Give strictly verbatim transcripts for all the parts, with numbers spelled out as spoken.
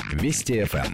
Вести эф эм.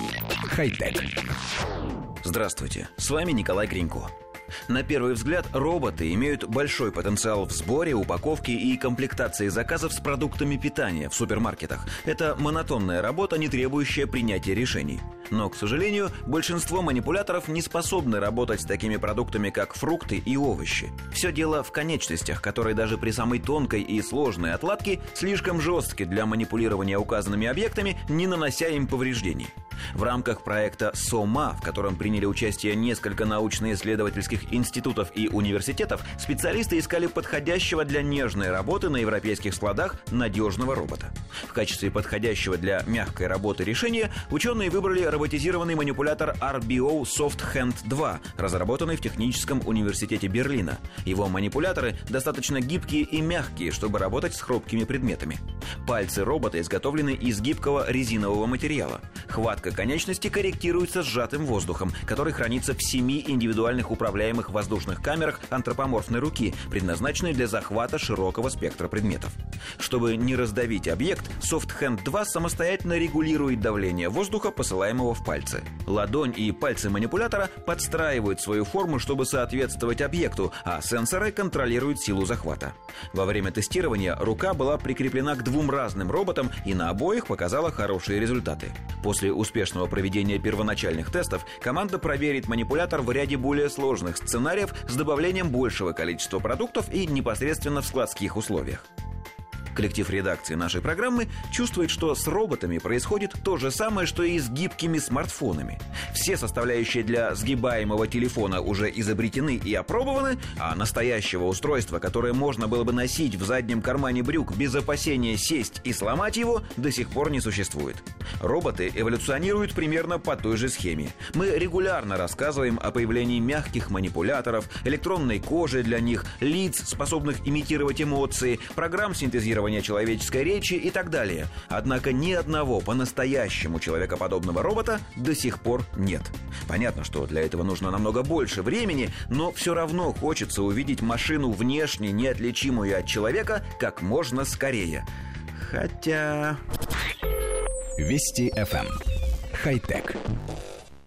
Хай-тек. Здравствуйте, с вами Николай Гринько. На первый взгляд, роботы имеют большой потенциал в сборе, упаковке и комплектации заказов с продуктами питания в супермаркетах. Это монотонная работа, не требующая принятия решений. Но, к сожалению, большинство манипуляторов не способны работать с такими продуктами, как фрукты и овощи. Все дело в конечностях, которые даже при самой тонкой и сложной отладке слишком жесткие для манипулирования указанными объектами, не нанося им повреждений. В рамках проекта СОМА, в котором приняли участие несколько научно-исследовательских институтов и университетов, специалисты искали подходящего для нежной работы на европейских складах надежного робота. В качестве подходящего для мягкой работы решения ученые выбрали роботизированный манипулятор ар би о SoftHand два, разработанный в Техническом университете Берлина. Его манипуляторы достаточно гибкие и мягкие, чтобы работать с хрупкими предметами. Пальцы робота изготовлены из гибкого резинового материала. Хватка конечности корректируется сжатым воздухом, который хранится в семи индивидуальных управляемых воздушных камерах антропоморфной руки, предназначенной для захвата широкого спектра предметов. Чтобы не раздавить объект, SoftHand два самостоятельно регулирует давление воздуха, посылаемого в пальцы. Ладонь и пальцы манипулятора подстраивают свою форму, чтобы соответствовать объекту, а сенсоры контролируют силу захвата. Во время тестирования рука была прикреплена к двум разным роботам и на обоих показала хорошие результаты. После успешного проведения первоначальных тестов команда проверит манипулятор в ряде более сложных сценариев с добавлением большего количества продуктов и непосредственно в складских условиях. Коллектив редакции нашей программы чувствует, что с роботами происходит то же самое, что и с гибкими смартфонами. Все составляющие для сгибаемого телефона уже изобретены и опробованы, а настоящего устройства, которое можно было бы носить в заднем кармане брюк без опасения сесть и сломать его, до сих пор не существует. Роботы эволюционируют примерно по той же схеме. Мы регулярно рассказываем о появлении мягких манипуляторов, электронной кожи для них, лиц, способных имитировать эмоции, программ синтезирования человеческой речи и так далее. Однако ни одного по-настоящему человекоподобного робота до сих пор нет. Понятно, что для этого нужно намного больше времени, но все равно хочется увидеть машину внешне неотличимую от человека как можно скорее. Хотя... Вести эф эм. Хай-тек.